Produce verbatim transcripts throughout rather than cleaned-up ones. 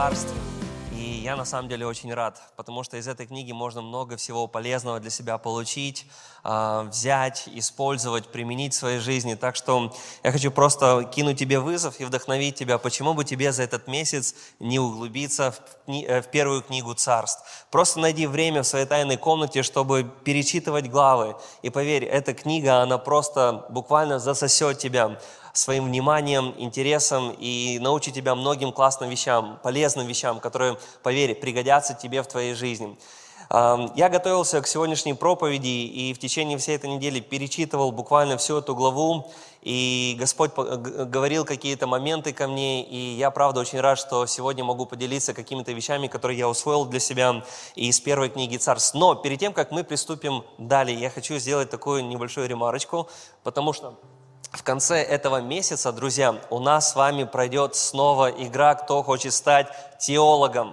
царств. И я на самом деле очень рад, потому что из этой книги можно много всего полезного для себя получить, взять, использовать, применить в своей жизни. Так что я хочу просто кинуть тебе вызов и вдохновить тебя, почему бы тебе за этот месяц не углубиться в, кни- в первую книгу царств. Просто найди время в своей тайной комнате, чтобы перечитывать главы. И поверь, эта книга, она просто буквально засосет тебя своим вниманием, интересом и научит тебя многим классным вещам, полезным вещам, которые, поверь, пригодятся тебе в твоей жизни. Я готовился к сегодняшней проповеди и в течение всей этой недели перечитывал буквально всю эту главу, и Господь говорил какие-то моменты ко мне, и я, правда, очень рад, что сегодня могу поделиться какими-то вещами, которые я усвоил для себя из первой книги Царств. Но перед тем, как мы приступим далее, я хочу сделать такую небольшую ремарочку, потому что в конце этого месяца, друзья, у нас с вами пройдет снова игра «Кто хочет стать теологом?».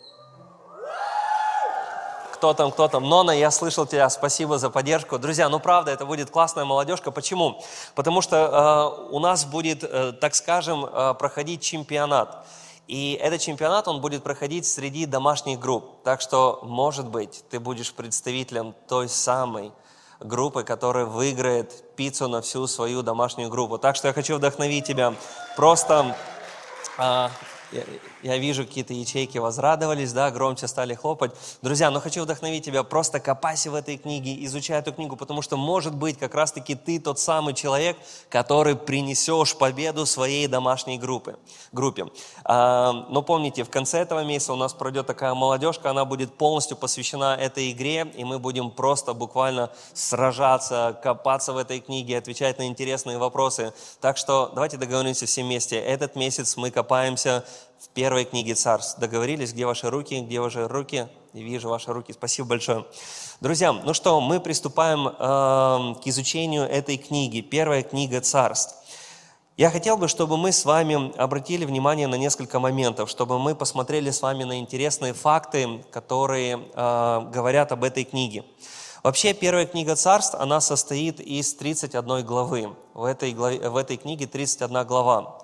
Кто там, кто там? Нона, я слышал тебя, спасибо за поддержку. Друзья, ну правда, это будет классная молодежка. Почему? Потому что э, у нас будет, э, так скажем, э, проходить чемпионат. И этот чемпионат, он будет проходить среди домашних групп. Так что, может быть, ты будешь представителем той самой группы, которая выиграет пиццу на всю свою домашнюю группу. Так что я хочу вдохновить тебя. Просто а, я, я вижу, какие-то ячейки возрадовались, да, громче стали хлопать. Друзья, но хочу вдохновить тебя. Просто копайся в этой книге, изучай эту книгу, потому что, может быть, как раз-таки ты тот самый человек, который принесешь победу своей домашней группе. группе. А, но помните, в конце этого месяца у нас пройдет такая молодежка, она будет полностью посвящена этой игре, и мы будем просто буквально сражаться, копаться в этой книге, отвечать на интересные вопросы. Так что давайте договоримся все вместе. Этот месяц мы копаемся в первой книге Царств. Договорились? Где ваши руки? Где ваши руки? Вижу ваши руки. Спасибо большое. Друзья, ну что, мы приступаем э, к изучению этой книги. Первая книга Царств. Я хотел бы, чтобы мы с вами обратили внимание на несколько моментов, чтобы мы посмотрели с вами на интересные факты, которые э, говорят об этой книге. Вообще, первая книга Царств, она состоит из тридцати одной главы. В этой, главе, в этой книге тридцать одна глава.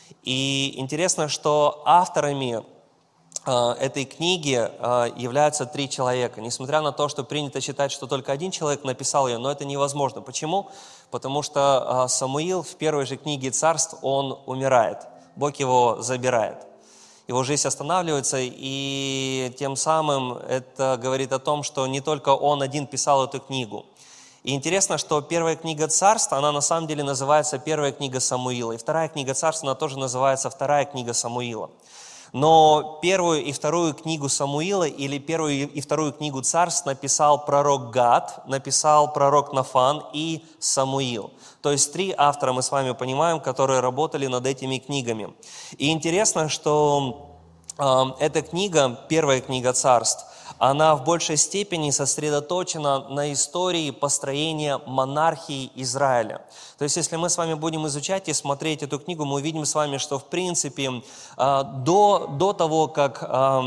И интересно, что авторами э, этой книги э, являются три человека. Несмотря на то, что принято считать, что только один человек написал ее, но это невозможно. Почему? Потому что э, Самуил в первой же книге Царств, он умирает. Бог его забирает. Его жизнь останавливается, и тем самым это говорит о том, что не только он один писал эту книгу. И интересно, что первая книга Царств, она на самом деле называется первая книга Самуила. И вторая книга Царств, она тоже называется вторая книга Самуила. Но первую и вторую книгу Самуила или первую и вторую книгу Царств написал пророк Гад, написал пророк Нафан и Самуил. То есть три автора, мы с вами понимаем, которые работали над этими книгами. И интересно, что э, эта книга, первая книга Царств, она в большей степени сосредоточена на истории построения монархии Израиля. То есть, если мы с вами будем изучать и смотреть эту книгу, мы увидим с вами, что, в принципе, до, до того, как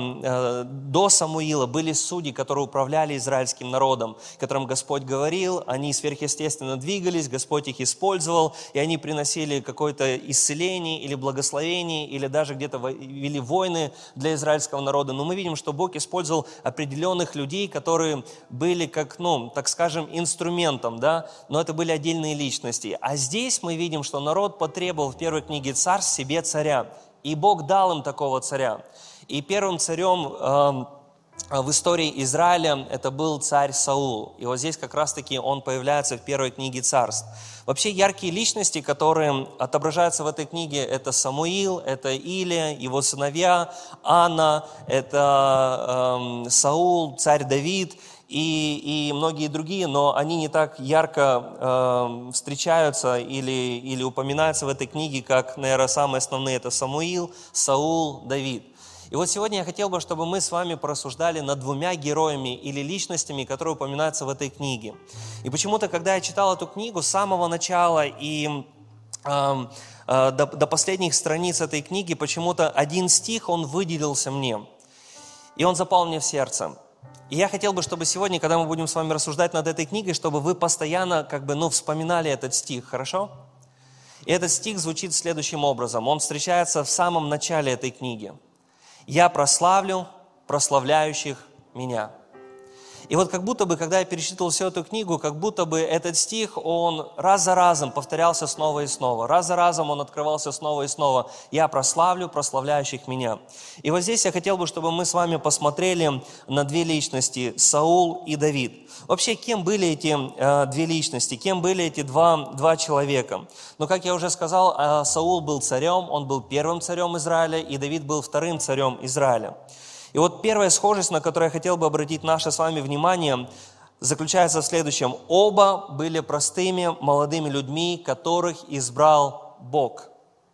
до Самуила были судьи, которые управляли израильским народом, которым Господь говорил, они сверхъестественно двигались, Господь их использовал, и они приносили какое-то исцеление или благословение, или даже где-то вели войны для израильского народа. Но мы видим, что Бог использовал определенных людей, которые были, как, ну, так скажем, инструментом, да, но это были отдельные личности. А здесь мы видим, что народ потребовал в первой книге Царств себе царя, и Бог дал им такого царя. И первым царем э, в истории Израиля это был царь Саул. И вот здесь как раз-таки он появляется в первой книге Царств. Вообще яркие личности, которые отображаются в этой книге, это Самуил, это Илия, его сыновья, Анна, это э, Саул, царь Давид и, и многие другие, но они не так ярко э, встречаются или, или упоминаются в этой книге, как, наверное, самые основные. Это Самуил, Саул, Давид. И вот сегодня я хотел бы, чтобы мы с вами порассуждали над двумя героями или личностями, которые упоминаются в этой книге. И почему-то, когда я читал эту книгу с самого начала и э, э, до, до последних страниц этой книги, почему-то один стих, он выделился мне. И он запал мне в сердце. И я хотел бы, чтобы сегодня, когда мы будем с вами рассуждать над этой книгой, чтобы вы постоянно как бы, ну, вспоминали этот стих, хорошо? И этот стих звучит следующим образом. Он встречается в самом начале этой книги. Я прославлю прославляющих меня. И вот как будто бы, когда я перечитывал всю эту книгу, как будто бы этот стих, он раз за разом повторялся снова и снова. Раз за разом он открывался снова и снова. «Я прославлю прославляющих меня». И вот здесь я хотел бы, чтобы мы с вами посмотрели на две личности – Саул и Давид. Вообще, кем были эти э, две личности, кем были эти два, два человека? Ну, как я уже сказал, э, Саул был царем, он был первым царем Израиля, и Давид был вторым царем Израиля. И вот первая схожесть, на которую я хотел бы обратить наше с вами внимание, заключается в следующем. Оба были простыми молодыми людьми, которых избрал Бог.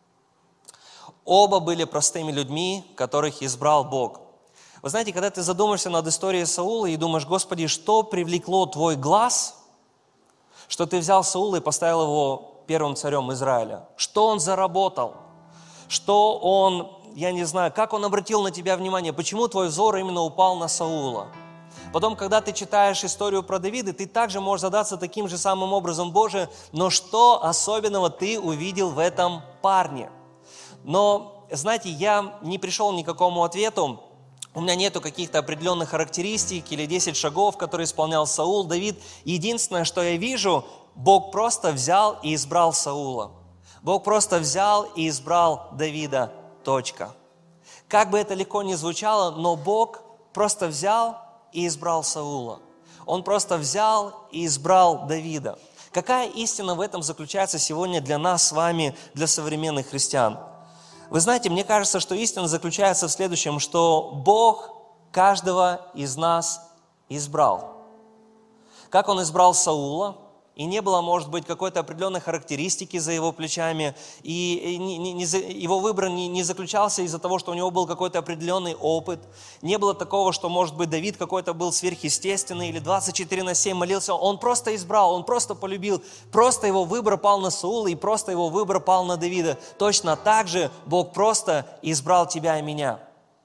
Оба были простыми людьми, которых избрал Бог. Вы знаете, когда ты задумаешься над историей Саула и думаешь: Господи, что привлекло твой глаз, что ты взял Саула и поставил его первым царем Израиля? Что он заработал? Что он... Я не знаю, как он обратил на тебя внимание, почему твой взор именно упал на Саула. Потом, когда ты читаешь историю про Давида, ты также можешь задаться таким же самым образом: Боже, но что особенного ты увидел в этом парне? Но, знаете, я не пришел ни к какому ответу. У меня нету каких-то определенных характеристик или десять шагов, которые исполнял Саул, Давид. Единственное, что я вижу, Бог просто взял и избрал Саула. Бог просто взял и избрал Давида. Точка. Как бы это легко ни звучало, но Бог просто взял и избрал Саула. Он просто взял и избрал Давида. Какая истина в этом заключается сегодня для нас с вами, для современных христиан? Вы знаете, мне кажется, что истина заключается в следующем, что Бог каждого из нас избрал. Как Он избрал Саула, и не было, может быть, какой-то определенной характеристики за его плечами, и не, не, не, его выбор не, не заключался из-за того, что у него был какой-то определенный опыт. Не было такого, что, может быть, Давид какой-то был сверхъестественный или двадцать четыре на семь молился. Он просто избрал, он просто полюбил. Просто его выбор пал на Саула, и просто его выбор пал на Давида. Точно так же Бог просто избрал тебя и меня.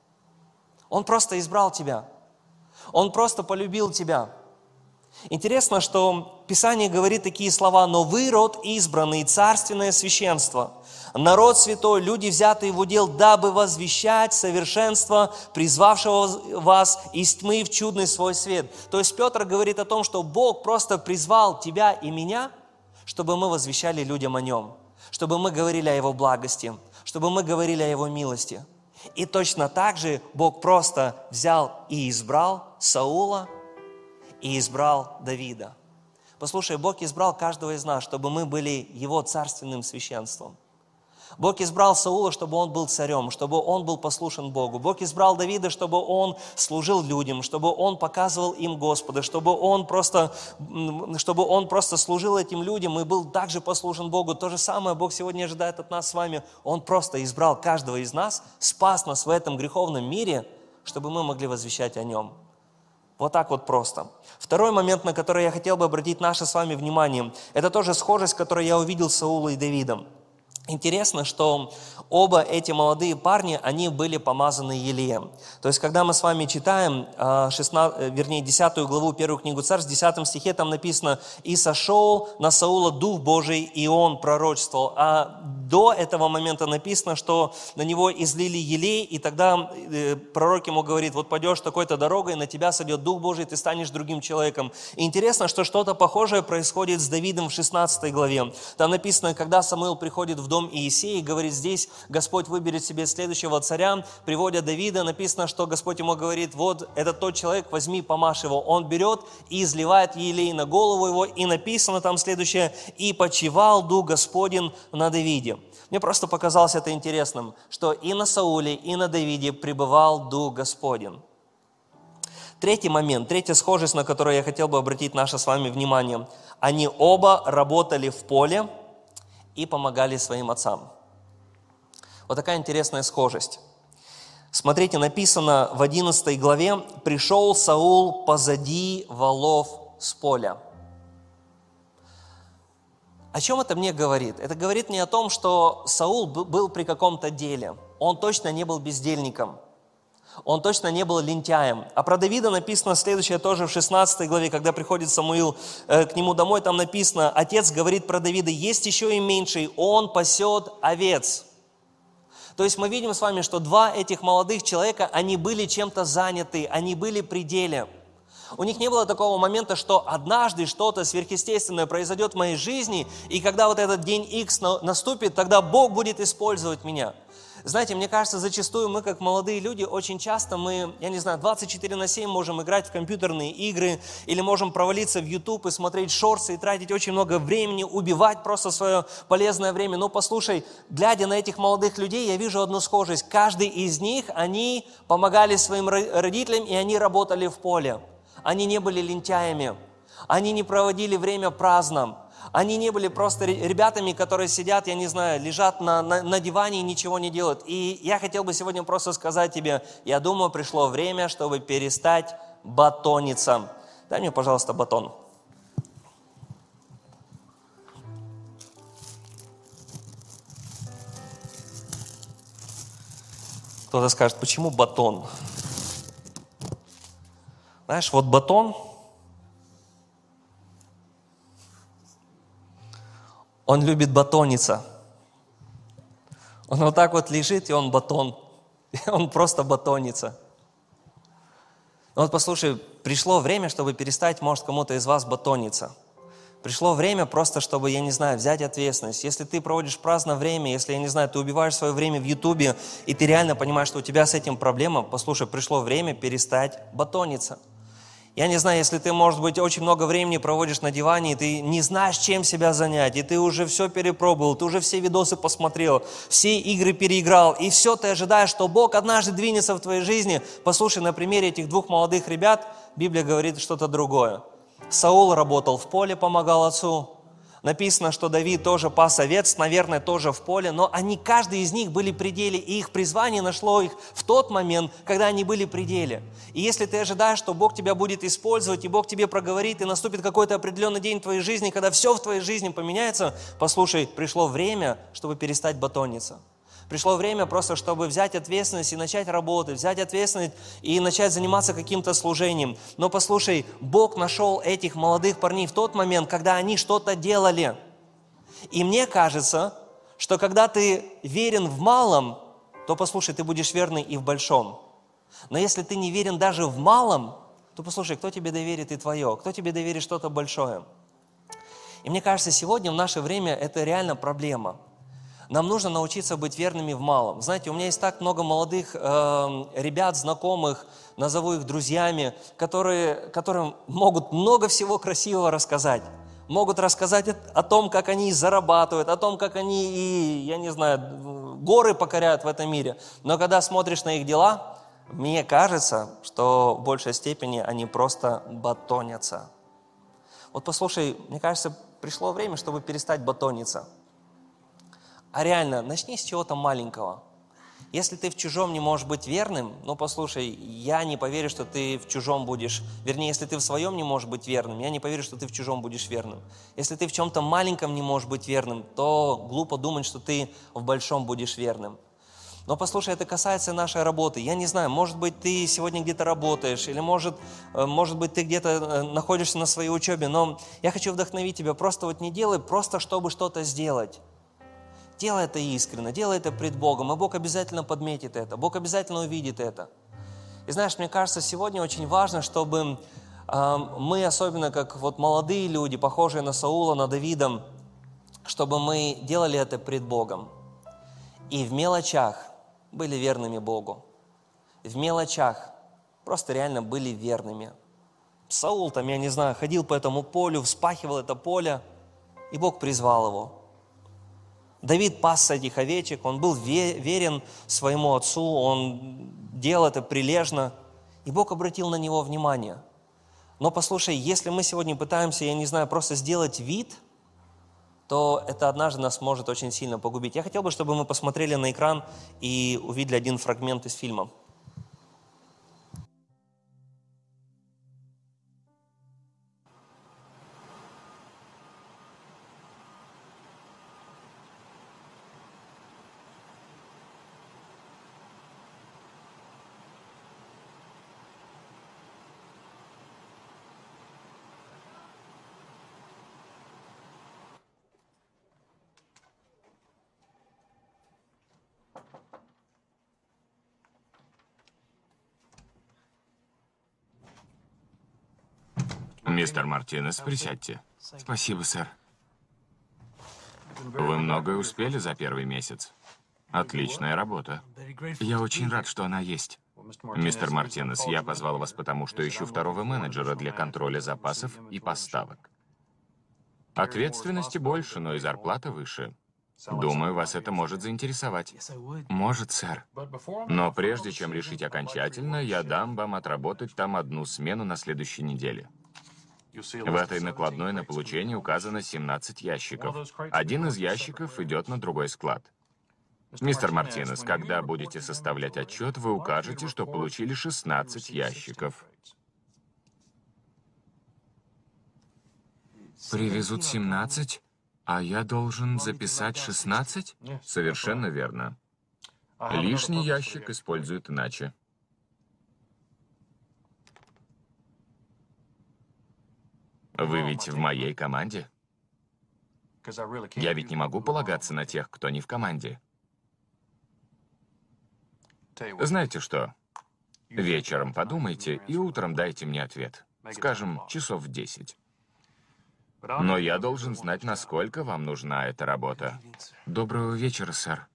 Он просто избрал тебя. Он просто полюбил тебя. Интересно, что Писание говорит такие слова: «Но вы род избранный, царственное священство, народ святой, люди, взятые в удел, дабы возвещать совершенство, призвавшего вас из тьмы в чудный свой свет». То есть Петр говорит о том, что Бог просто призвал тебя и меня, чтобы мы возвещали людям о Нем, чтобы мы говорили о Его благости, чтобы мы говорили о Его милости. И точно так же Бог просто взял и избрал Саула, и избрал Давида. Послушай, Бог избрал каждого из нас, чтобы мы были Его царственным священством. Бог избрал Саула, чтобы он был царем, чтобы он был послушен Богу. Бог избрал Давида, чтобы он служил людям, чтобы он показывал им Господа, чтобы он просто, чтобы он просто служил этим людям и был также послушен Богу. То же самое Бог сегодня ожидает от нас с вами. Он просто избрал каждого из нас, спас нас в этом греховном мире, чтобы мы могли возвещать о Нем. Вот так вот просто. Второй момент, на который я хотел бы обратить наше с вами внимание, это тоже схожесть, которую я увидел с Саулом и Давидом. Интересно, что оба эти молодые парни, они были помазаны Елеем. То есть, когда мы с вами читаем, шестнадцатую, вернее, десятую главу, первую книгу Царств, в десятом стихе там написано: «И сошел на Саула Дух Божий, и он пророчествовал». А до этого момента написано, что на него излили елей, и тогда пророк ему говорит: вот пойдешь такой-то дорогой, на тебя сойдет Дух Божий, ты станешь другим человеком. И интересно, что что-то похожее происходит с Давидом в шестнадцатой главе. Там написано, когда Самуил приходит в дом Иисея и говорит: здесь Господь выберет себе следующего царя, приводя Давида, написано, что Господь ему говорит: вот это тот человек, возьми, помажь его. Он берет и изливает елей на голову его, и написано там следующее: и почивал Дух Господень на Давиде. Мне просто показалось это интересным, что и на Сауле, и на Давиде пребывал Дух Господень. Третий момент, третья схожесть, на которую я хотел бы обратить наше с вами внимание. Они оба работали в поле и помогали своим отцам. Вот такая интересная схожесть. Смотрите, написано в одиннадцатой главе: «Пришел Саул позади волов с поля». О чем это мне говорит? Это говорит мне о том, что Саул был при каком-то деле. Он точно не был бездельником. Он точно не был лентяем. А про Давида написано следующее тоже в шестнадцатой главе, когда приходит Самуил э, к нему домой, там написано: отец говорит про Давида: есть еще и меньший, он пасет овец. То есть мы видим с вами, что два этих молодых человека, они были чем-то заняты, они были при деле. У них не было такого момента, что однажды что-то сверхъестественное произойдет в моей жизни, и когда вот этот день Икс наступит, тогда Бог будет использовать меня. Знаете, мне кажется, зачастую мы, как молодые люди, очень часто мы, я не знаю, двадцать четыре на семь можем играть в компьютерные игры, или можем провалиться в YouTube и смотреть шорты, и тратить очень много времени, убивать просто свое полезное время. Но послушай, глядя на этих молодых людей, я вижу одну схожесть. Каждый из них, они помогали своим родителям, и они работали в поле. Они не были лентяями, они не проводили время праздно. Они не были просто ребятами, которые сидят, я не знаю, лежат на, на, на диване и ничего не делают. И я хотел бы сегодня просто сказать тебе, я думаю, пришло время, чтобы перестать батониться. Дай мне, пожалуйста, батон. Кто-то скажет, почему батон? Знаешь, вот батон, он любит батониться. Он вот так вот лежит, и он батон. И он просто батонится. Но вот послушай, пришло время, чтобы перестать, может, кому-то из вас батониться. Пришло время просто, чтобы, я не знаю, взять ответственность. Если ты проводишь праздное время, если, я не знаю, ты убиваешь свое время в Ютубе, и ты реально понимаешь, что у тебя с этим проблема, послушай, пришло время перестать батониться. Я не знаю, если ты, может быть, очень много времени проводишь на диване, и ты не знаешь, чем себя занять, и ты уже все перепробовал, ты уже все видосы посмотрел, все игры переиграл, и все ты ожидаешь, что Бог однажды двинется в твоей жизни. Послушай, на примере этих двух молодых ребят Библия говорит что-то другое. Саул работал в поле, помогал отцу. Написано, что Давид тоже пас овец, наверное, тоже в поле, но они, каждый из них были при деле, и их призвание нашло их в тот момент, когда они были при деле. И если ты ожидаешь, что Бог тебя будет использовать, и Бог тебе проговорит, и наступит какой-то определенный день в твоей жизни, когда все в твоей жизни поменяется, послушай, пришло время, чтобы перестать батониться. Пришло время просто, чтобы взять ответственность и начать работать, взять ответственность и начать заниматься каким-то служением. Но послушай, Бог нашел этих молодых парней в тот момент, когда они что-то делали. И мне кажется, что когда ты верен в малом, то, послушай, ты будешь верный и в большом. Но если ты не верен даже в малом, то, послушай, кто тебе доверит и твое? Кто тебе доверит что-то большое? И мне кажется, сегодня в наше время это реально проблема. Нам нужно научиться быть верными в малом. Знаете, у меня есть так много молодых э, ребят, знакомых, назову их друзьями, которые, которым могут много всего красивого рассказать. Могут рассказать о том, как они зарабатывают, о том, как они, и, я не знаю, горы покоряют в этом мире. Но когда смотришь на их дела, мне кажется, что в большей степени они просто батонятся. Вот послушай, мне кажется, пришло время, чтобы перестать батониться. А реально, начни с чего-то маленького. Если ты в чужом не можешь быть верным, ну послушай, я не поверю, что ты в чужом будешь, вернее, если ты в своем не можешь быть верным, я не поверю, что ты в чужом будешь верным. Если ты в чем-то маленьком не можешь быть верным, то глупо думать, что ты в большом будешь верным. Но послушай, это касается нашей работы. Я не знаю, может быть, ты сегодня где-то работаешь, или может, может быть, ты где-то находишься на своей учебе, но я хочу вдохновить тебя, просто вот не делай, просто чтобы что-то сделать. Делай это искренне, делай это пред Богом, и Бог обязательно подметит это, Бог обязательно увидит это. И знаешь, мне кажется, сегодня очень важно, чтобы э, мы, особенно как вот молодые люди, похожие на Саула, на Давида, чтобы мы делали это пред Богом. И в мелочах были верными Богу. В мелочах просто реально были верными. Саул там, я не знаю, ходил по этому полю, вспахивал это поле, и Бог призвал его. Давид пас этих овечек, он был верен своему отцу, он делал это прилежно, и Бог обратил на него внимание. Но послушай, если мы сегодня пытаемся, я не знаю, просто сделать вид, то это однажды нас может очень сильно погубить. Я хотел бы, чтобы мы посмотрели на экран и увидели один фрагмент из фильма. Мистер Мартинес, присядьте. Спасибо, сэр. Вы многое успели за первый месяц. Отличная работа. Я очень рад, что она есть. Мистер Мартинес, я позвал вас потому, что ищу второго менеджера для контроля запасов и поставок. Ответственности больше, но и зарплата выше. Думаю, вас это может заинтересовать. Может, сэр. Но прежде чем решить окончательно, я дам вам отработать там одну смену на следующей неделе. В этой накладной на получение указано семнадцать ящиков. Один из ящиков идет на другой склад. Мистер Мартинес, когда будете составлять отчет, вы укажете, что получили шестнадцать ящиков. Привезут семнадцать, а я должен записать шестнадцать? Совершенно верно. Лишний ящик используют иначе. Вы ведь в моей команде? Я ведь не могу полагаться на тех, кто не в команде. Знаете что? Вечером подумайте и утром дайте мне ответ. Скажем, часов в десять. Но я должен знать, насколько вам нужна эта работа. Доброго вечера, сэр.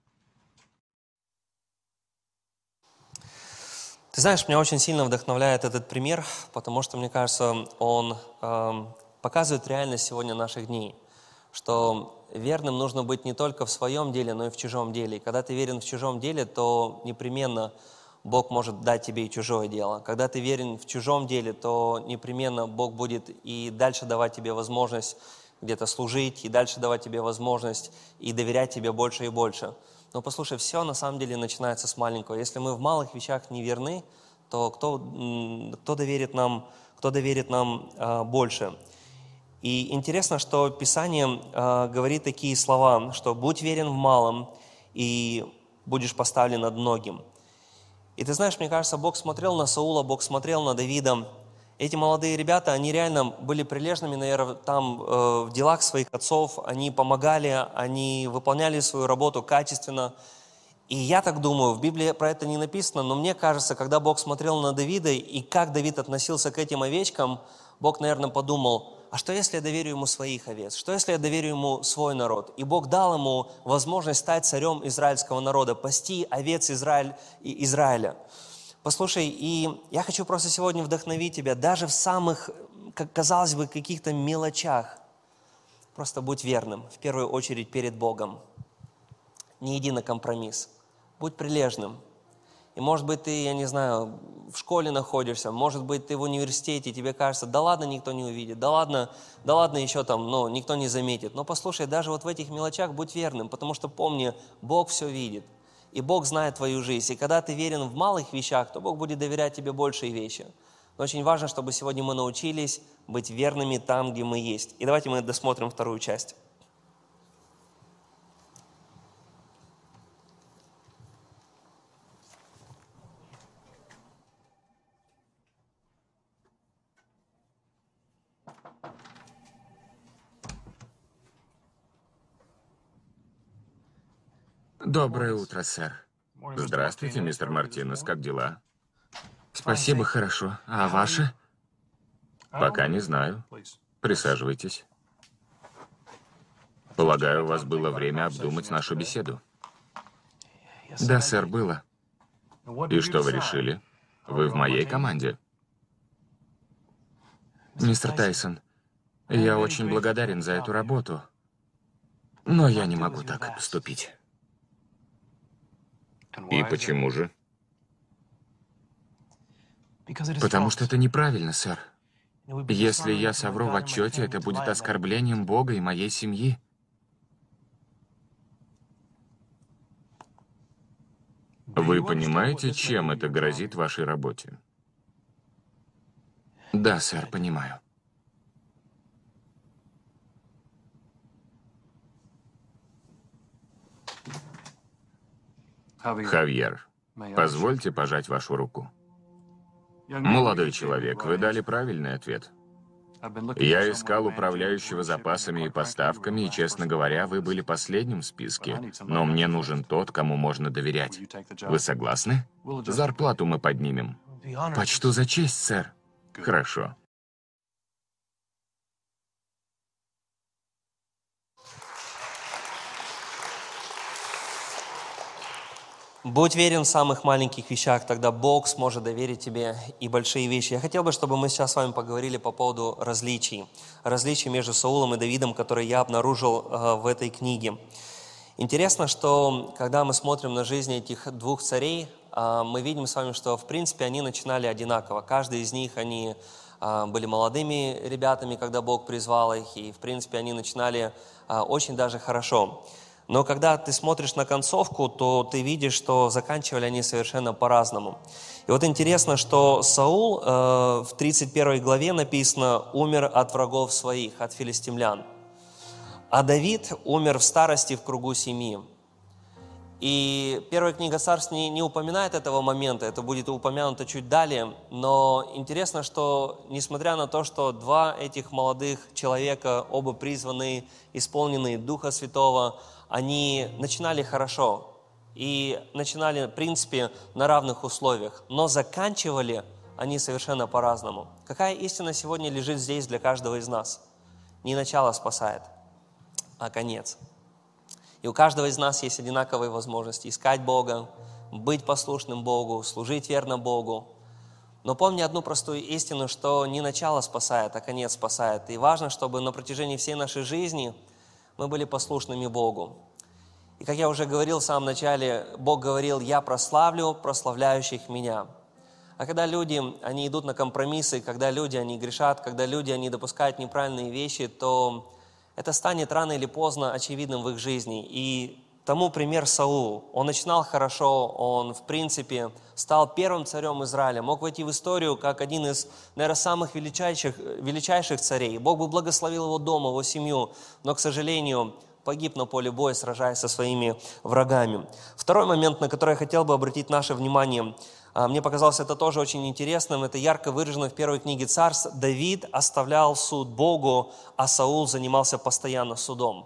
Ты знаешь, меня очень сильно вдохновляет этот пример, потому что, мне кажется, он э, показывает реальность сегодня наших дней, что верным нужно быть не только в своем деле, но и в чужом деле. И когда ты верен в чужом деле, то непременно Бог может дать тебе и чужое дело. Когда ты верен в чужом деле, то непременно Бог будет и дальше давать тебе возможность где-то служить, и дальше давать тебе возможность и доверять тебе больше и больше. Но послушай, все на самом деле начинается с маленького. Если мы в малых вещах не верны, то кто, кто доверит нам, кто доверит нам а, больше? И интересно, что Писание а, говорит такие слова, что «будь верен в малом, и будешь поставлен над многим». И ты знаешь, мне кажется, Бог смотрел на Саула, Бог смотрел на Давида. Эти молодые ребята, они реально были прилежными, наверное, там э, в делах своих отцов, они помогали, они выполняли свою работу качественно. И я так думаю, в Библии про это не написано, но мне кажется, когда Бог смотрел на Давида и как Давид относился к этим овечкам, Бог, наверное, подумал, а что если я доверю ему своих овец? Что если я доверю ему свой народ? И Бог дал ему возможность стать царем израильского народа, пасти овец Израиль, Израиля. Послушай, и я хочу просто сегодня вдохновить тебя, даже в самых, как казалось бы, каких-то мелочах. Просто будь верным, в первую очередь перед Богом. Не иди на компромисс. Будь прилежным. И может быть ты, я не знаю, в школе находишься, может быть ты в университете, тебе кажется, да ладно, никто не увидит, да ладно, да ладно еще там, ну, никто не заметит. Но послушай, даже вот в этих мелочах будь верным, потому что помни, Бог все видит. И Бог знает твою жизнь. И когда ты верен в малых вещах, то Бог будет доверять тебе большие вещи. Но очень важно, чтобы сегодня мы научились быть верными там, где мы есть. И давайте мы досмотрим вторую часть. Доброе утро, сэр. Здравствуйте, мистер Мартинес. Как дела? Спасибо, хорошо. А ваши? Пока не знаю. Присаживайтесь. Полагаю, у вас было время обдумать нашу беседу. Да, сэр, было. И что вы решили? Вы в моей команде. Мистер Тайсон, я очень благодарен за эту работу, но я не могу так поступить. И почему же? Потому что это неправильно, сэр. Если я совру в отчете, это будет оскорблением Бога и моей семьи. Вы понимаете, чем это грозит вашей работе? Да, сэр, понимаю. Хавьер, позвольте пожать вашу руку. Молодой человек, вы дали правильный ответ. Я искал управляющего запасами и поставками, и, честно говоря, вы были последним в списке. Но мне нужен тот, кому можно доверять. Вы согласны? Зарплату мы поднимем. Почту за честь, сэр. Хорошо. Будь верен в самых маленьких вещах, тогда Бог сможет доверить тебе и большие вещи. Я хотел бы, чтобы мы сейчас с вами поговорили по поводу различий. Различий между Саулом и Давидом, которые я обнаружил э, в этой книге. Интересно, что когда мы смотрим на жизнь этих двух царей, э, мы видим с вами, что в принципе они начинали одинаково. Каждый из них, они э, были молодыми ребятами, когда Бог призвал их, и в принципе они начинали э, очень даже хорошо. Но когда ты смотришь на концовку, то ты видишь, что заканчивали они совершенно по-разному. И вот интересно, что Саул э, в тридцать первой главе написано «умер от врагов своих», от филистимлян. А Давид умер в старости в кругу семьи. И первая книга Царств не, не упоминает этого момента, это будет упомянуто чуть далее. Но интересно, что несмотря на то, что два этих молодых человека, оба призванные, исполненные Духа Святого, они начинали хорошо и начинали, в принципе, на равных условиях, но заканчивали они совершенно по-разному. Какая истина сегодня лежит здесь для каждого из нас? Не начало спасает, а конец. И у каждого из нас есть одинаковые возможности искать Бога, быть послушным Богу, служить верно Богу. Но помни одну простую истину, что не начало спасает, а конец спасает. И важно, чтобы на протяжении всей нашей жизни мы были послушными Богу. И как я уже говорил в самом начале, Бог говорил: «Я прославлю прославляющих Меня». А когда люди, они идут на компромиссы, когда люди, они грешат, когда люди, они допускают неправильные вещи, то это станет рано или поздно очевидным в их жизни. И тому пример Саул. Он начинал хорошо, он, в принципе, стал первым царем Израиля, мог войти в историю как один из, наверное, самых величайших, величайших царей. Бог бы благословил его дом, его семью, но, к сожалению, погиб на поле боя, сражаясь со своими врагами. Второй момент, на который я хотел бы обратить наше внимание, мне показалось это тоже очень интересным, это ярко выражено в первой книге Царств. Давид оставлял суд Богу, а Саул занимался постоянно судом.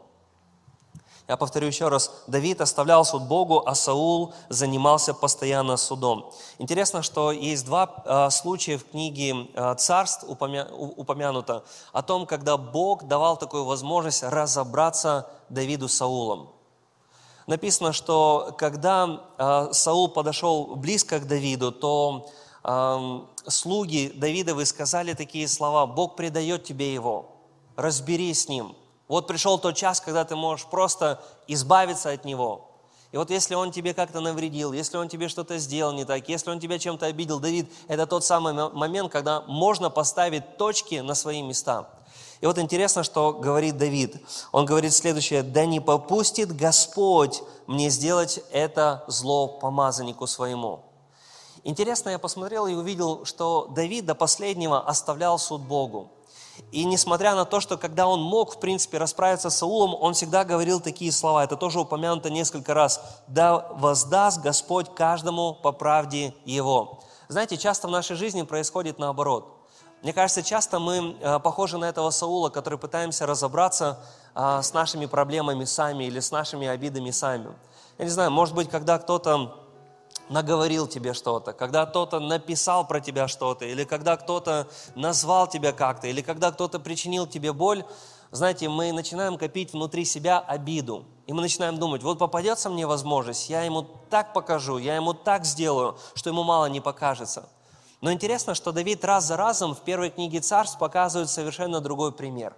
Я повторю еще раз, Давид оставлял суд Богу, а Саул занимался постоянно судом. Интересно, что есть два э, случая в книге э, Царств упомя... упомянуто о том, когда Бог давал такую возможность разобраться Давиду с Саулом. Написано, что когда э, Саул подошел близко к Давиду, то э, слуги Давидовы сказали такие слова: «Бог предает тебе его, разберись с ним». Вот пришел тот час, когда ты можешь просто избавиться от него. И вот если он тебе как-то навредил, если он тебе что-то сделал не так, если он тебя чем-то обидел, Давид, это тот самый момент, когда можно поставить точки на свои места. И вот интересно, что говорит Давид. Он говорит следующее: «Да не попустит Господь мне сделать это зло помазаннику своему». Интересно, я посмотрел и увидел, что Давид до последнего оставлял суд Богу. И несмотря на то, что когда он мог, в принципе, расправиться с Саулом, он всегда говорил такие слова, это тоже упомянуто несколько раз: «Да воздаст Господь каждому по правде его». Знаете, часто в нашей жизни происходит наоборот. Мне кажется, часто мы э, похожи на этого Саула, который пытаемся разобраться э, с нашими проблемами сами или с нашими обидами сами. Я не знаю, может быть, когда кто-то наговорил тебе что-то, когда кто-то написал про тебя что-то, или когда кто-то назвал тебя как-то, или когда кто-то причинил тебе боль, знаете, мы начинаем копить внутри себя обиду. И мы начинаем думать: вот попадется мне возможность, я ему так покажу, я ему так сделаю, что ему мало не покажется. Но интересно, что Давид раз за разом в первой книге Царств показывает совершенно другой пример.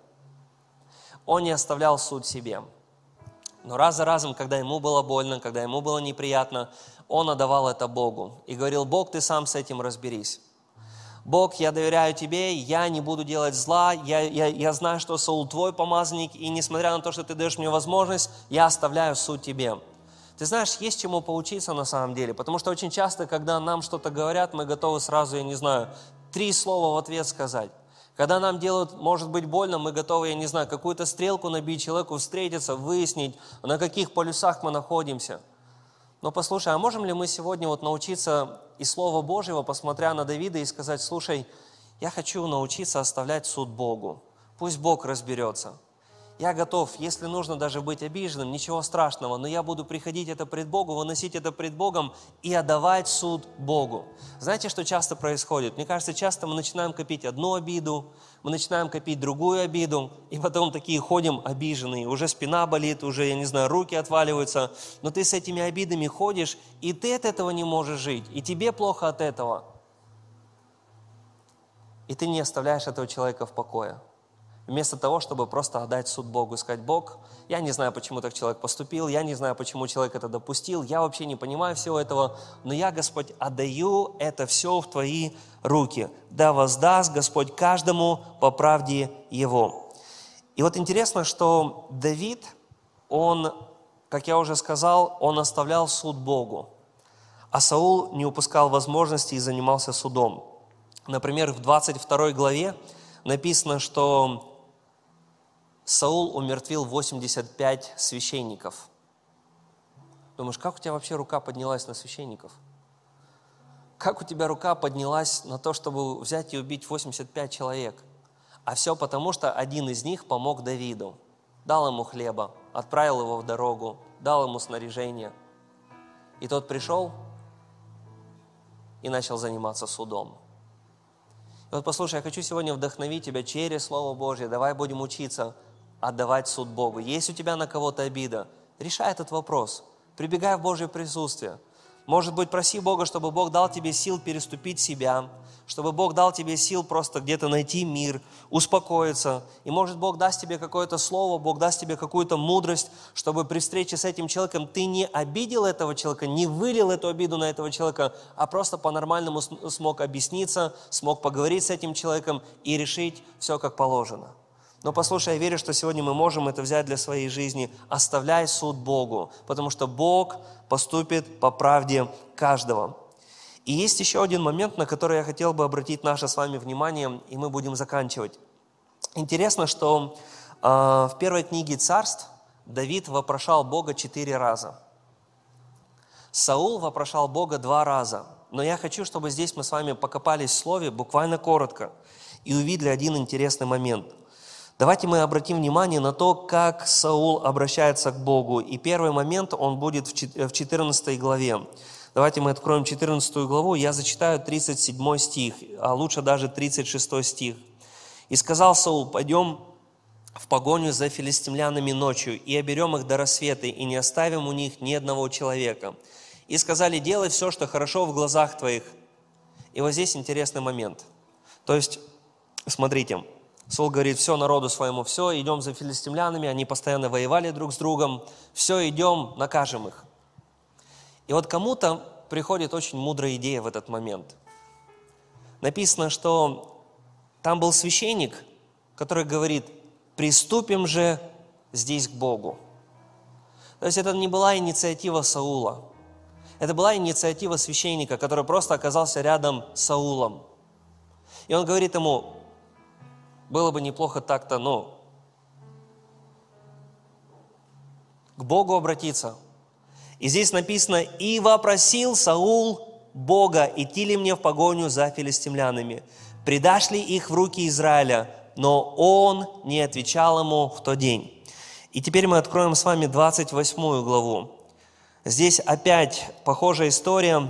Он не оставлял суд себе. Но раз за разом, когда ему было больно, когда ему было неприятно, он отдавал это Богу и говорил: Бог, ты сам с этим разберись. Бог, я доверяю тебе, я не буду делать зла, я, я, я знаю, что Саул твой помазанник, и несмотря на то, что ты даешь мне возможность, я оставляю суд тебе. Ты знаешь, есть чему поучиться на самом деле, потому что очень часто, когда нам что-то говорят, мы готовы сразу, я не знаю, три слова в ответ сказать. Когда нам делают, может быть, больно, мы готовы, я не знаю, какую-то стрелку набить, человеку встретиться, выяснить, на каких полюсах мы находимся. Но послушай, а можем ли мы сегодня вот научиться из Слова Божьего, посмотря на Давида, и сказать: слушай, я хочу научиться оставлять суд Богу. Пусть Бог разберется. Я готов, если нужно даже быть обиженным, ничего страшного, но я буду приходить это пред Богом, выносить это пред Богом и отдавать суд Богу. Знаете, что часто происходит? Мне кажется, часто мы начинаем копить одну обиду, мы начинаем копить другую обиду, и потом такие ходим обиженные, уже спина болит, уже, я не знаю, руки отваливаются, но ты с этими обидами ходишь, и ты от этого не можешь жить, и тебе плохо от этого, и ты не оставляешь этого человека в покое. Вместо того, чтобы просто отдать суд Богу и сказать: Бог, я не знаю, почему так человек поступил, я не знаю, почему человек это допустил, я вообще не понимаю всего этого, но я, Господь, отдаю это все в Твои руки. Да воздаст Господь каждому по правде его. И вот интересно, что Давид, он, как я уже сказал, он оставлял суд Богу, а Саул не упускал возможности и занимался судом. Например, в двадцать второй главе написано, что Саул умертвил восемьдесят пять священников. Думаешь, как у тебя вообще рука поднялась на священников? Как у тебя рука поднялась на то, чтобы взять и убить восемьдесят пять человек? А все потому, что один из них помог Давиду. Дал ему хлеба, отправил его в дорогу, дал ему снаряжение. И тот пришел и начал заниматься судом. И вот послушай, я хочу сегодня вдохновить тебя через Слово Божье. Давай будем учиться отдавать суд Богу. Есть у тебя на кого-то обида, решай этот вопрос. Прибегай в Божье присутствие. Может быть, проси Бога, чтобы Бог дал тебе сил переступить себя, чтобы Бог дал тебе сил просто где-то найти мир, успокоиться. И может Бог даст тебе какое-то слово, Бог даст тебе какую-то мудрость, чтобы при встрече с этим человеком ты не обидел этого человека, не вылил эту обиду на этого человека, а просто по-нормальному смог объясниться, смог поговорить с этим человеком и решить все как положено. Но послушай, я верю, что сегодня мы можем это взять для своей жизни. Оставляй суд Богу, потому что Бог поступит по правде каждого. И есть еще один момент, на который я хотел бы обратить наше с вами внимание, и мы будем заканчивать. Интересно, что э, в первой книге Царств Давид вопрошал Бога четыре раза. Саул вопрошал Бога два раза. Но я хочу, чтобы здесь мы с вами покопались в слове буквально коротко и увидели один интересный момент. Давайте мы обратим внимание на то, как Саул обращается к Богу. И первый момент, он будет в четырнадцатой главе. Давайте мы откроем четырнадцатую главу. Я зачитаю тридцать седьмой стих, а лучше даже тридцать шестой стих. «И сказал Саул: пойдем в погоню за филистимлянами ночью, и оберем их до рассвета, и не оставим у них ни одного человека. И сказали: делай все, что хорошо в глазах твоих». И вот здесь интересный момент. То есть, смотрите, Саул говорит: все, народу своему, все, идем за филистимлянами, они постоянно воевали друг с другом, все, идем, накажем их. И вот кому-то приходит очень мудрая идея в этот момент. Написано, что там был священник, который говорит: приступим же здесь к Богу. То есть это не была инициатива Саула, это была инициатива священника, который просто оказался рядом с Саулом. И он говорит ему: было бы неплохо так-то, ну, к Богу обратиться. И здесь написано: «И вопросил Саул Бога, идти ли мне в погоню за филистимлянами, предашь ли их в руки Израиля? Но он не отвечал ему в тот день». И теперь мы откроем с вами двадцать восьмую главу. Здесь опять похожая история.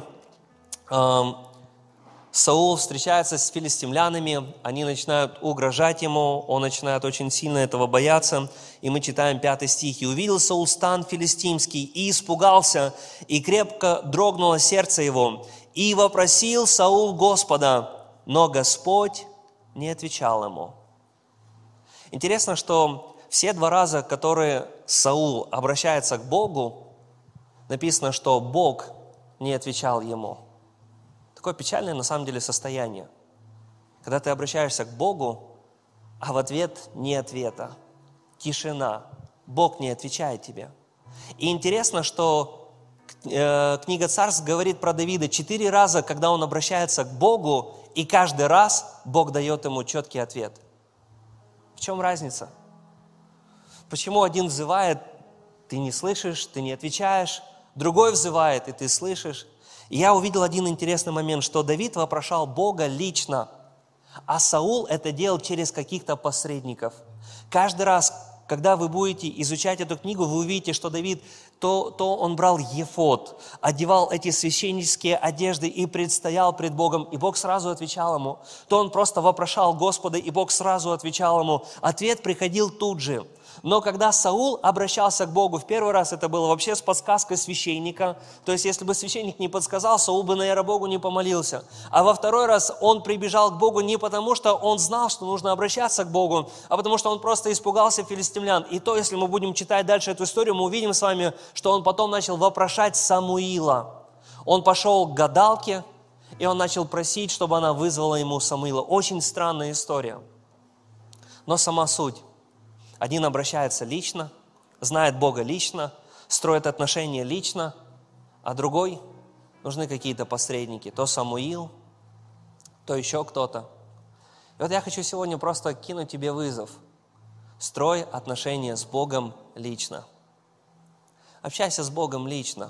Саул встречается с филистимлянами, они начинают угрожать ему, он начинает очень сильно этого бояться. И мы читаем пятый стих. «И увидел Саул стан филистимский, и испугался, и крепко дрогнуло сердце его. И вопросил Саул Господа, но Господь не отвечал ему». Интересно, что все два раза, которые Саул обращается к Богу, написано, что Бог не отвечал ему. Такое печальное на самом деле состояние, когда ты обращаешься к Богу, а в ответ не ответа, тишина. Бог не отвечает тебе. И интересно, что э, книга Царств говорит про Давида четыре раза, когда он обращается к Богу, и каждый раз Бог дает ему четкий ответ. В чем разница? Почему один взывает, ты не слышишь, ты не отвечаешь, другой взывает, и ты слышишь? И я увидел один интересный момент, что Давид вопрошал Бога лично, а Саул это делал через каких-то посредников. Каждый раз, когда вы будете изучать эту книгу, вы увидите, что Давид, то, то он брал ефод, одевал эти священнические одежды и предстоял пред Богом, и Бог сразу отвечал ему. То он просто вопрошал Господа, и Бог сразу отвечал ему. Ответ приходил тут же. Но когда Саул обращался к Богу, в первый раз это было вообще с подсказкой священника. То есть, если бы священник не подсказал, Саул бы, наверное, Богу не помолился. А во второй раз он прибежал к Богу не потому, что он знал, что нужно обращаться к Богу, а потому что он просто испугался филистимлян. И то, если мы будем читать дальше эту историю, мы увидим с вами, что он потом начал вопрошать Самуила. Он пошел к гадалке, и он начал просить, чтобы она вызвала ему Самуила. Очень странная история. Но сама суть. Один обращается лично, знает Бога лично, строит отношения лично, а другой нужны какие-то посредники. То Самуил, то еще кто-то. И вот я хочу сегодня просто кинуть тебе вызов. Строй отношения с Богом лично. Общайся с Богом лично.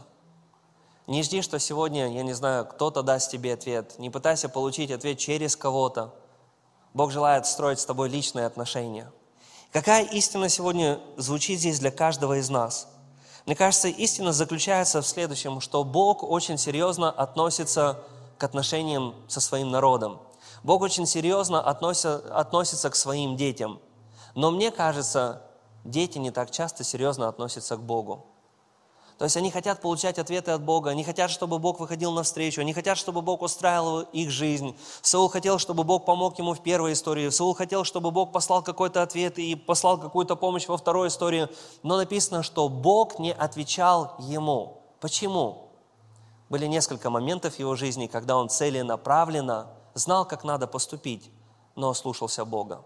Не жди, что сегодня, я не знаю, кто-то даст тебе ответ. Не пытайся получить ответ через кого-то. Бог желает строить с тобой личные отношения. Какая истина сегодня звучит здесь для каждого из нас? Мне кажется, истина заключается в следующем, что Бог очень серьезно относится к отношениям со своим народом. Бог очень серьезно относится, относится к своим детям. Но мне кажется, дети не так часто серьезно относятся к Богу. То есть они хотят получать ответы от Бога, они хотят, чтобы Бог выходил навстречу, они хотят, чтобы Бог устраивал их жизнь. Саул хотел, чтобы Бог помог ему в первой истории, Саул хотел, чтобы Бог послал какой-то ответ и послал какую-то помощь во второй истории. Но написано, что Бог не отвечал ему. Почему? Были несколько моментов в его жизни, когда он целенаправленно знал, как надо поступить, но слушался Бога.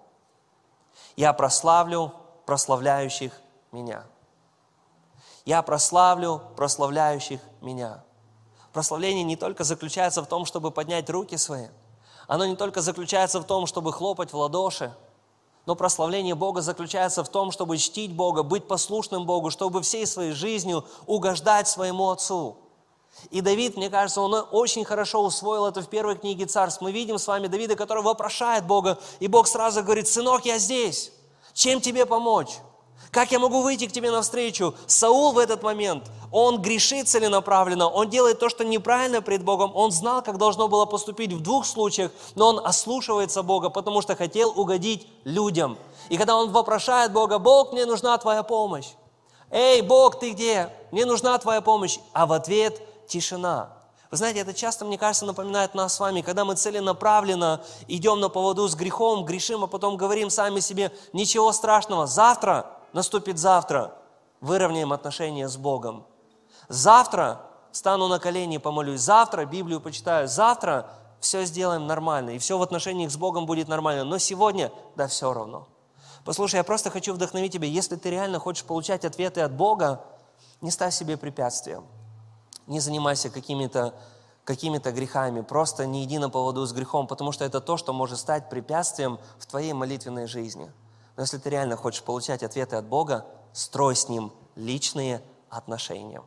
«Я прославлю прославляющих меня». Я прославлю прославляющих меня. Прославление не только заключается в том, чтобы поднять руки свои. Оно не только заключается в том, чтобы хлопать в ладоши. Но прославление Бога заключается в том, чтобы чтить Бога, быть послушным Богу, чтобы всей своей жизнью угождать своему Отцу. И Давид, мне кажется, он очень хорошо усвоил это в первой книге Царств. Мы видим с вами Давида, который вопрошает Бога, и Бог сразу говорит: «Сынок, я здесь. Чем тебе помочь? Как я могу выйти к тебе навстречу?» Саул в этот момент, он грешит целенаправленно, он делает то, что неправильно пред Богом. Он знал, как должно было поступить в двух случаях, но он ослушивается Бога, потому что хотел угодить людям. И когда он вопрошает Бога: «Бог, мне нужна твоя помощь». «Эй, Бог, ты где? Мне нужна твоя помощь». А в ответ тишина. Вы знаете, это часто, мне кажется, напоминает нас с вами, когда мы целенаправленно идем на поводу с грехом, грешим, а потом говорим сами себе: «Ничего страшного, завтра наступит завтра, выровняем отношения с Богом. Завтра встану на колени и помолюсь, завтра Библию почитаю, завтра все сделаем нормально, и все в отношениях с Богом будет нормально, но сегодня, да все равно». Послушай, я просто хочу вдохновить тебя, если ты реально хочешь получать ответы от Бога, не ставь себе препятствием, не занимайся какими-то какими-то грехами, просто не иди на поводу с грехом, потому что это то, что может стать препятствием в твоей молитвенной жизни. Но если ты реально хочешь получать ответы от Бога, строй с Ним личные отношения.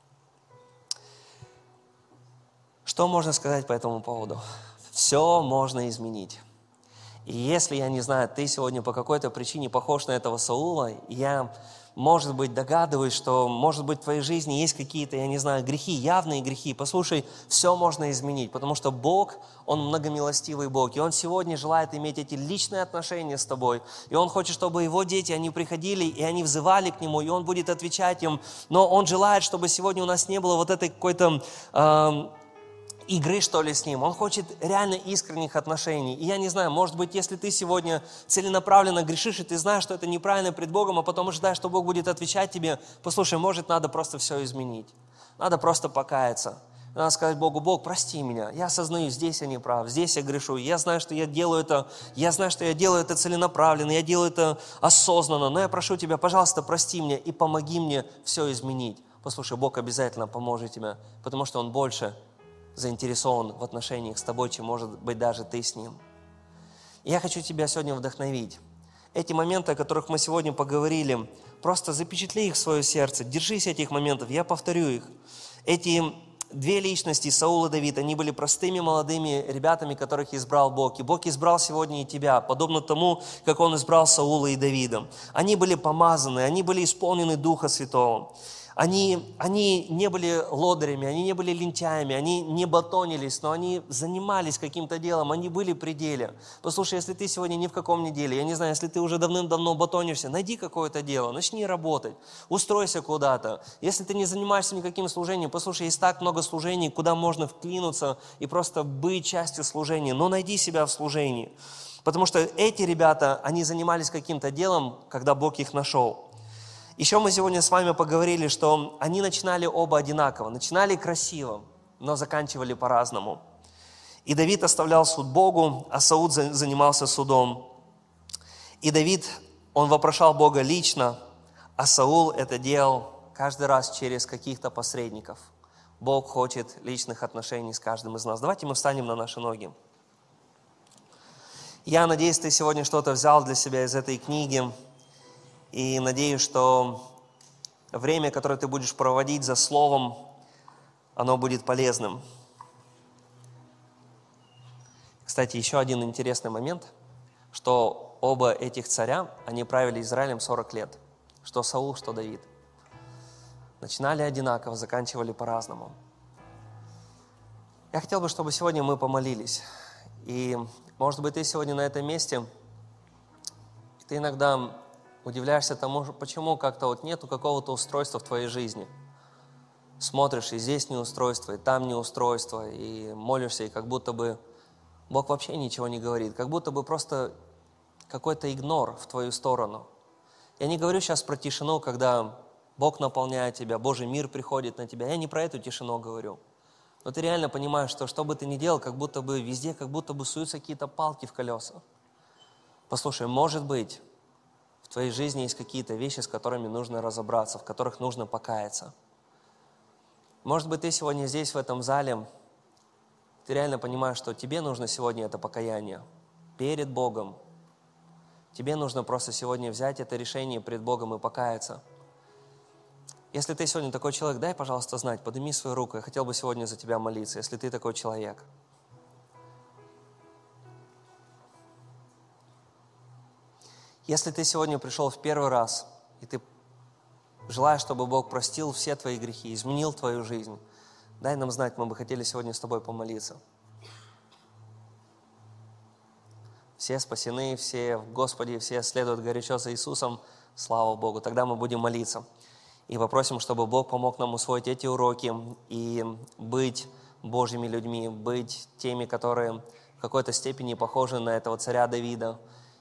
Что можно сказать по этому поводу? Все можно изменить. И если, я не знаю, ты сегодня по какой-то причине похож на этого Саула, я, может быть, догадываюсь, что, может быть, в твоей жизни есть какие-то, я не знаю, грехи, явные грехи. Послушай, все можно изменить, потому что Бог, Он многомилостивый Бог, и Он сегодня желает иметь эти личные отношения с тобой, и Он хочет, чтобы Его дети, они приходили, и они взывали к Нему, и Он будет отвечать им, но Он желает, чтобы сегодня у нас не было вот этой какой-то э, игры, что ли, с Ним. Он хочет реально искренних отношений. И я не знаю, может быть, если ты сегодня целенаправленно грешишь, и ты знаешь, что это неправильно пред Богом, а потом ожидаешь, что Бог будет отвечать тебе, послушай, может, надо просто все изменить. Надо просто покаяться. Надо сказать Богу: «Бог, прости меня. Я осознаю, здесь я не прав, здесь я грешу. Я знаю, что я делаю это, я знаю, что я делаю это целенаправленно, я делаю это осознанно, но я прошу Тебя, пожалуйста, прости меня и помоги мне все изменить». Послушай, Бог обязательно поможет тебе, потому что Он больше заинтересован в отношениях с тобой, чем, может быть, даже ты с Ним. И я хочу тебя сегодня вдохновить. Эти моменты, о которых мы сегодня поговорили, просто запечатли их в свое сердце, держись этих моментов, я повторю их. Эти две личности, Саул и Давид, они были простыми молодыми ребятами, которых избрал Бог. И Бог избрал сегодня и тебя, подобно тому, как Он избрал Саула и Давида. Они были помазаны, они были исполнены Духа Святого. Они, они не были лодырями, они не были лентяями, они не батонились, но они занимались каким-то делом, они были при деле. Послушай, если ты сегодня ни в каком не деле, я не знаю, если ты уже давным-давно батонишься, найди какое-то дело, начни работать, устройся куда-то. Если ты не занимаешься никаким служением, послушай, есть так много служений, куда можно вклинуться и просто быть частью служения, но найди себя в служении. Потому что эти ребята, они занимались каким-то делом, когда Бог их нашел. Еще мы сегодня с вами поговорили, что они начинали оба одинаково, начинали красиво, но заканчивали по-разному. И Давид оставлял суд Богу, а Саул занимался судом. И Давид, он вопрошал Бога лично, а Саул это делал каждый раз через каких-то посредников. Бог хочет личных отношений с каждым из нас. Давайте мы встанем на наши ноги. Я надеюсь, ты сегодня что-то взял для себя из этой книги. И надеюсь, что время, которое ты будешь проводить за Словом, оно будет полезным. Кстати, еще один интересный момент, что оба этих царя, они правили Израилем сорок лет. Что Саул, что Давид. Начинали одинаково, заканчивали по-разному. Я хотел бы, чтобы сегодня мы помолились. И, может быть, ты сегодня на этом месте, и ты иногда удивляешься тому, почему как-то вот нету какого-то устройства в твоей жизни. Смотришь, и здесь неустройство, и там неустройство, и молишься, и как будто бы Бог вообще ничего не говорит, как будто бы просто какой-то игнор в твою сторону. Я не говорю сейчас про тишину, когда Бог наполняет тебя, Божий мир приходит на тебя. Я не про эту тишину говорю. Но ты реально понимаешь, что что бы ты ни делал, как будто бы везде, как будто бы суются какие-то палки в колеса. Послушай, может быть, в твоей жизни есть какие-то вещи, с которыми нужно разобраться, в которых нужно покаяться. Может быть, ты сегодня здесь, в этом зале, ты реально понимаешь, что тебе нужно сегодня это покаяние перед Богом. Тебе нужно просто сегодня взять это решение пред Богом и покаяться. Если ты сегодня такой человек, дай, пожалуйста, знать, подними свою руку. Я хотел бы сегодня за тебя молиться, если ты такой человек. Если ты сегодня пришел в первый раз, и ты желаешь, чтобы Бог простил все твои грехи, изменил твою жизнь, дай нам знать, мы бы хотели сегодня с тобой помолиться. Все спасены, все в Господе, все следуют горячо за Иисусом, слава Богу. Тогда мы будем молиться и попросим, чтобы Бог помог нам усвоить эти уроки и быть Божьими людьми, быть теми, которые в какой-то степени похожи на этого царя Давида.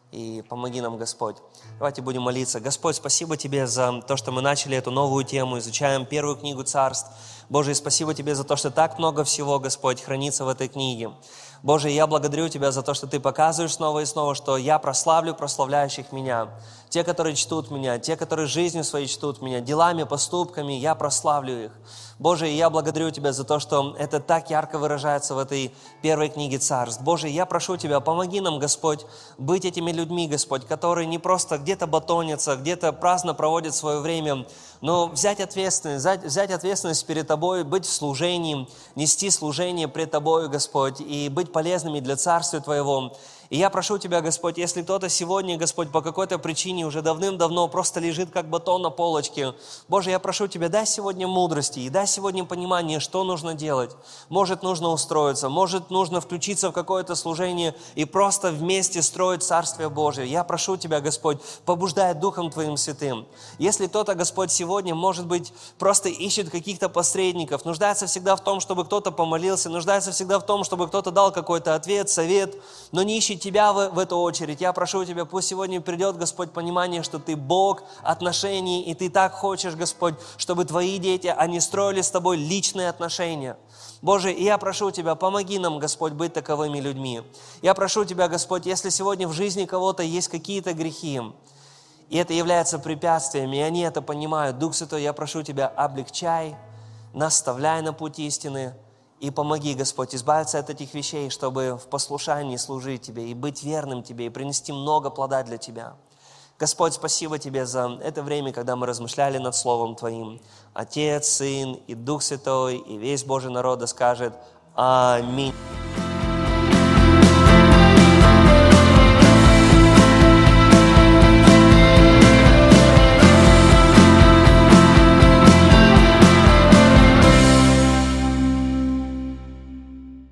И помоги нам, Господь. Давайте будем молиться. Господь, спасибо Тебе за то, что мы начали эту новую тему, изучаем первую книгу Царств. Боже, спасибо Тебе за то, что так много всего, Господь, хранится в этой книге. Боже, я благодарю Тебя за то, что Ты показываешь снова и снова, что я прославлю прославляющих Меня. Те, которые чтут Меня, те, которые жизнью своей чтут Меня, делами, поступками, я прославлю их. Боже, я благодарю Тебя за то, что это так ярко выражается в этой первой книге Царств. Боже, я прошу Тебя, помоги нам, Господь, быть этими людьми, Господь, которые не просто где-то батонятся, где-то праздно проводят свое время, но взять ответственность, взять, взять ответственность перед Тобой, быть в служении, нести служение пред Тобою, Господь, и быть полезными для Царствия Твоего. И я прошу Тебя, Господь, если кто-то сегодня, Господь, по какой-то причине уже давным-давно просто лежит как батон на полочке, Боже, я прошу Тебя, дай сегодня мудрости и дай сегодня понимание, что нужно делать. Может, нужно устроиться, может, нужно включиться в какое-то служение и просто вместе строить Царствие Божие. Я прошу Тебя, Господь, побуждай Духом Твоим Святым. Если кто-то, Господь, сегодня, может быть, просто ищет каких-то посредников, нуждается всегда в том, чтобы кто-то помолился, нуждается всегда в том, чтобы кто-то дал какой-то ответ, совет, но не ищет Тебя в, в эту очередь. Я прошу Тебя, пусть сегодня придет, Господь, понимание, что Ты Бог отношений, и Ты так хочешь, Господь, чтобы Твои дети, они строили с Тобой личные отношения. Боже, и я прошу Тебя, помоги нам, Господь, быть таковыми людьми. Я прошу Тебя, Господь, если сегодня в жизни кого-то есть какие-то грехи, и это является препятствиями, и они это понимают, Дух Святой, я прошу Тебя, облегчай, наставляй на путь истины, и помоги, Господь, избавиться от этих вещей, чтобы в послушании служить Тебе и быть верным Тебе, и принести много плода для Тебя. Господь, спасибо Тебе за это время, когда мы размышляли над Словом Твоим. Отец, Сын и Дух Святой, и весь Божий народ да скажет Аминь.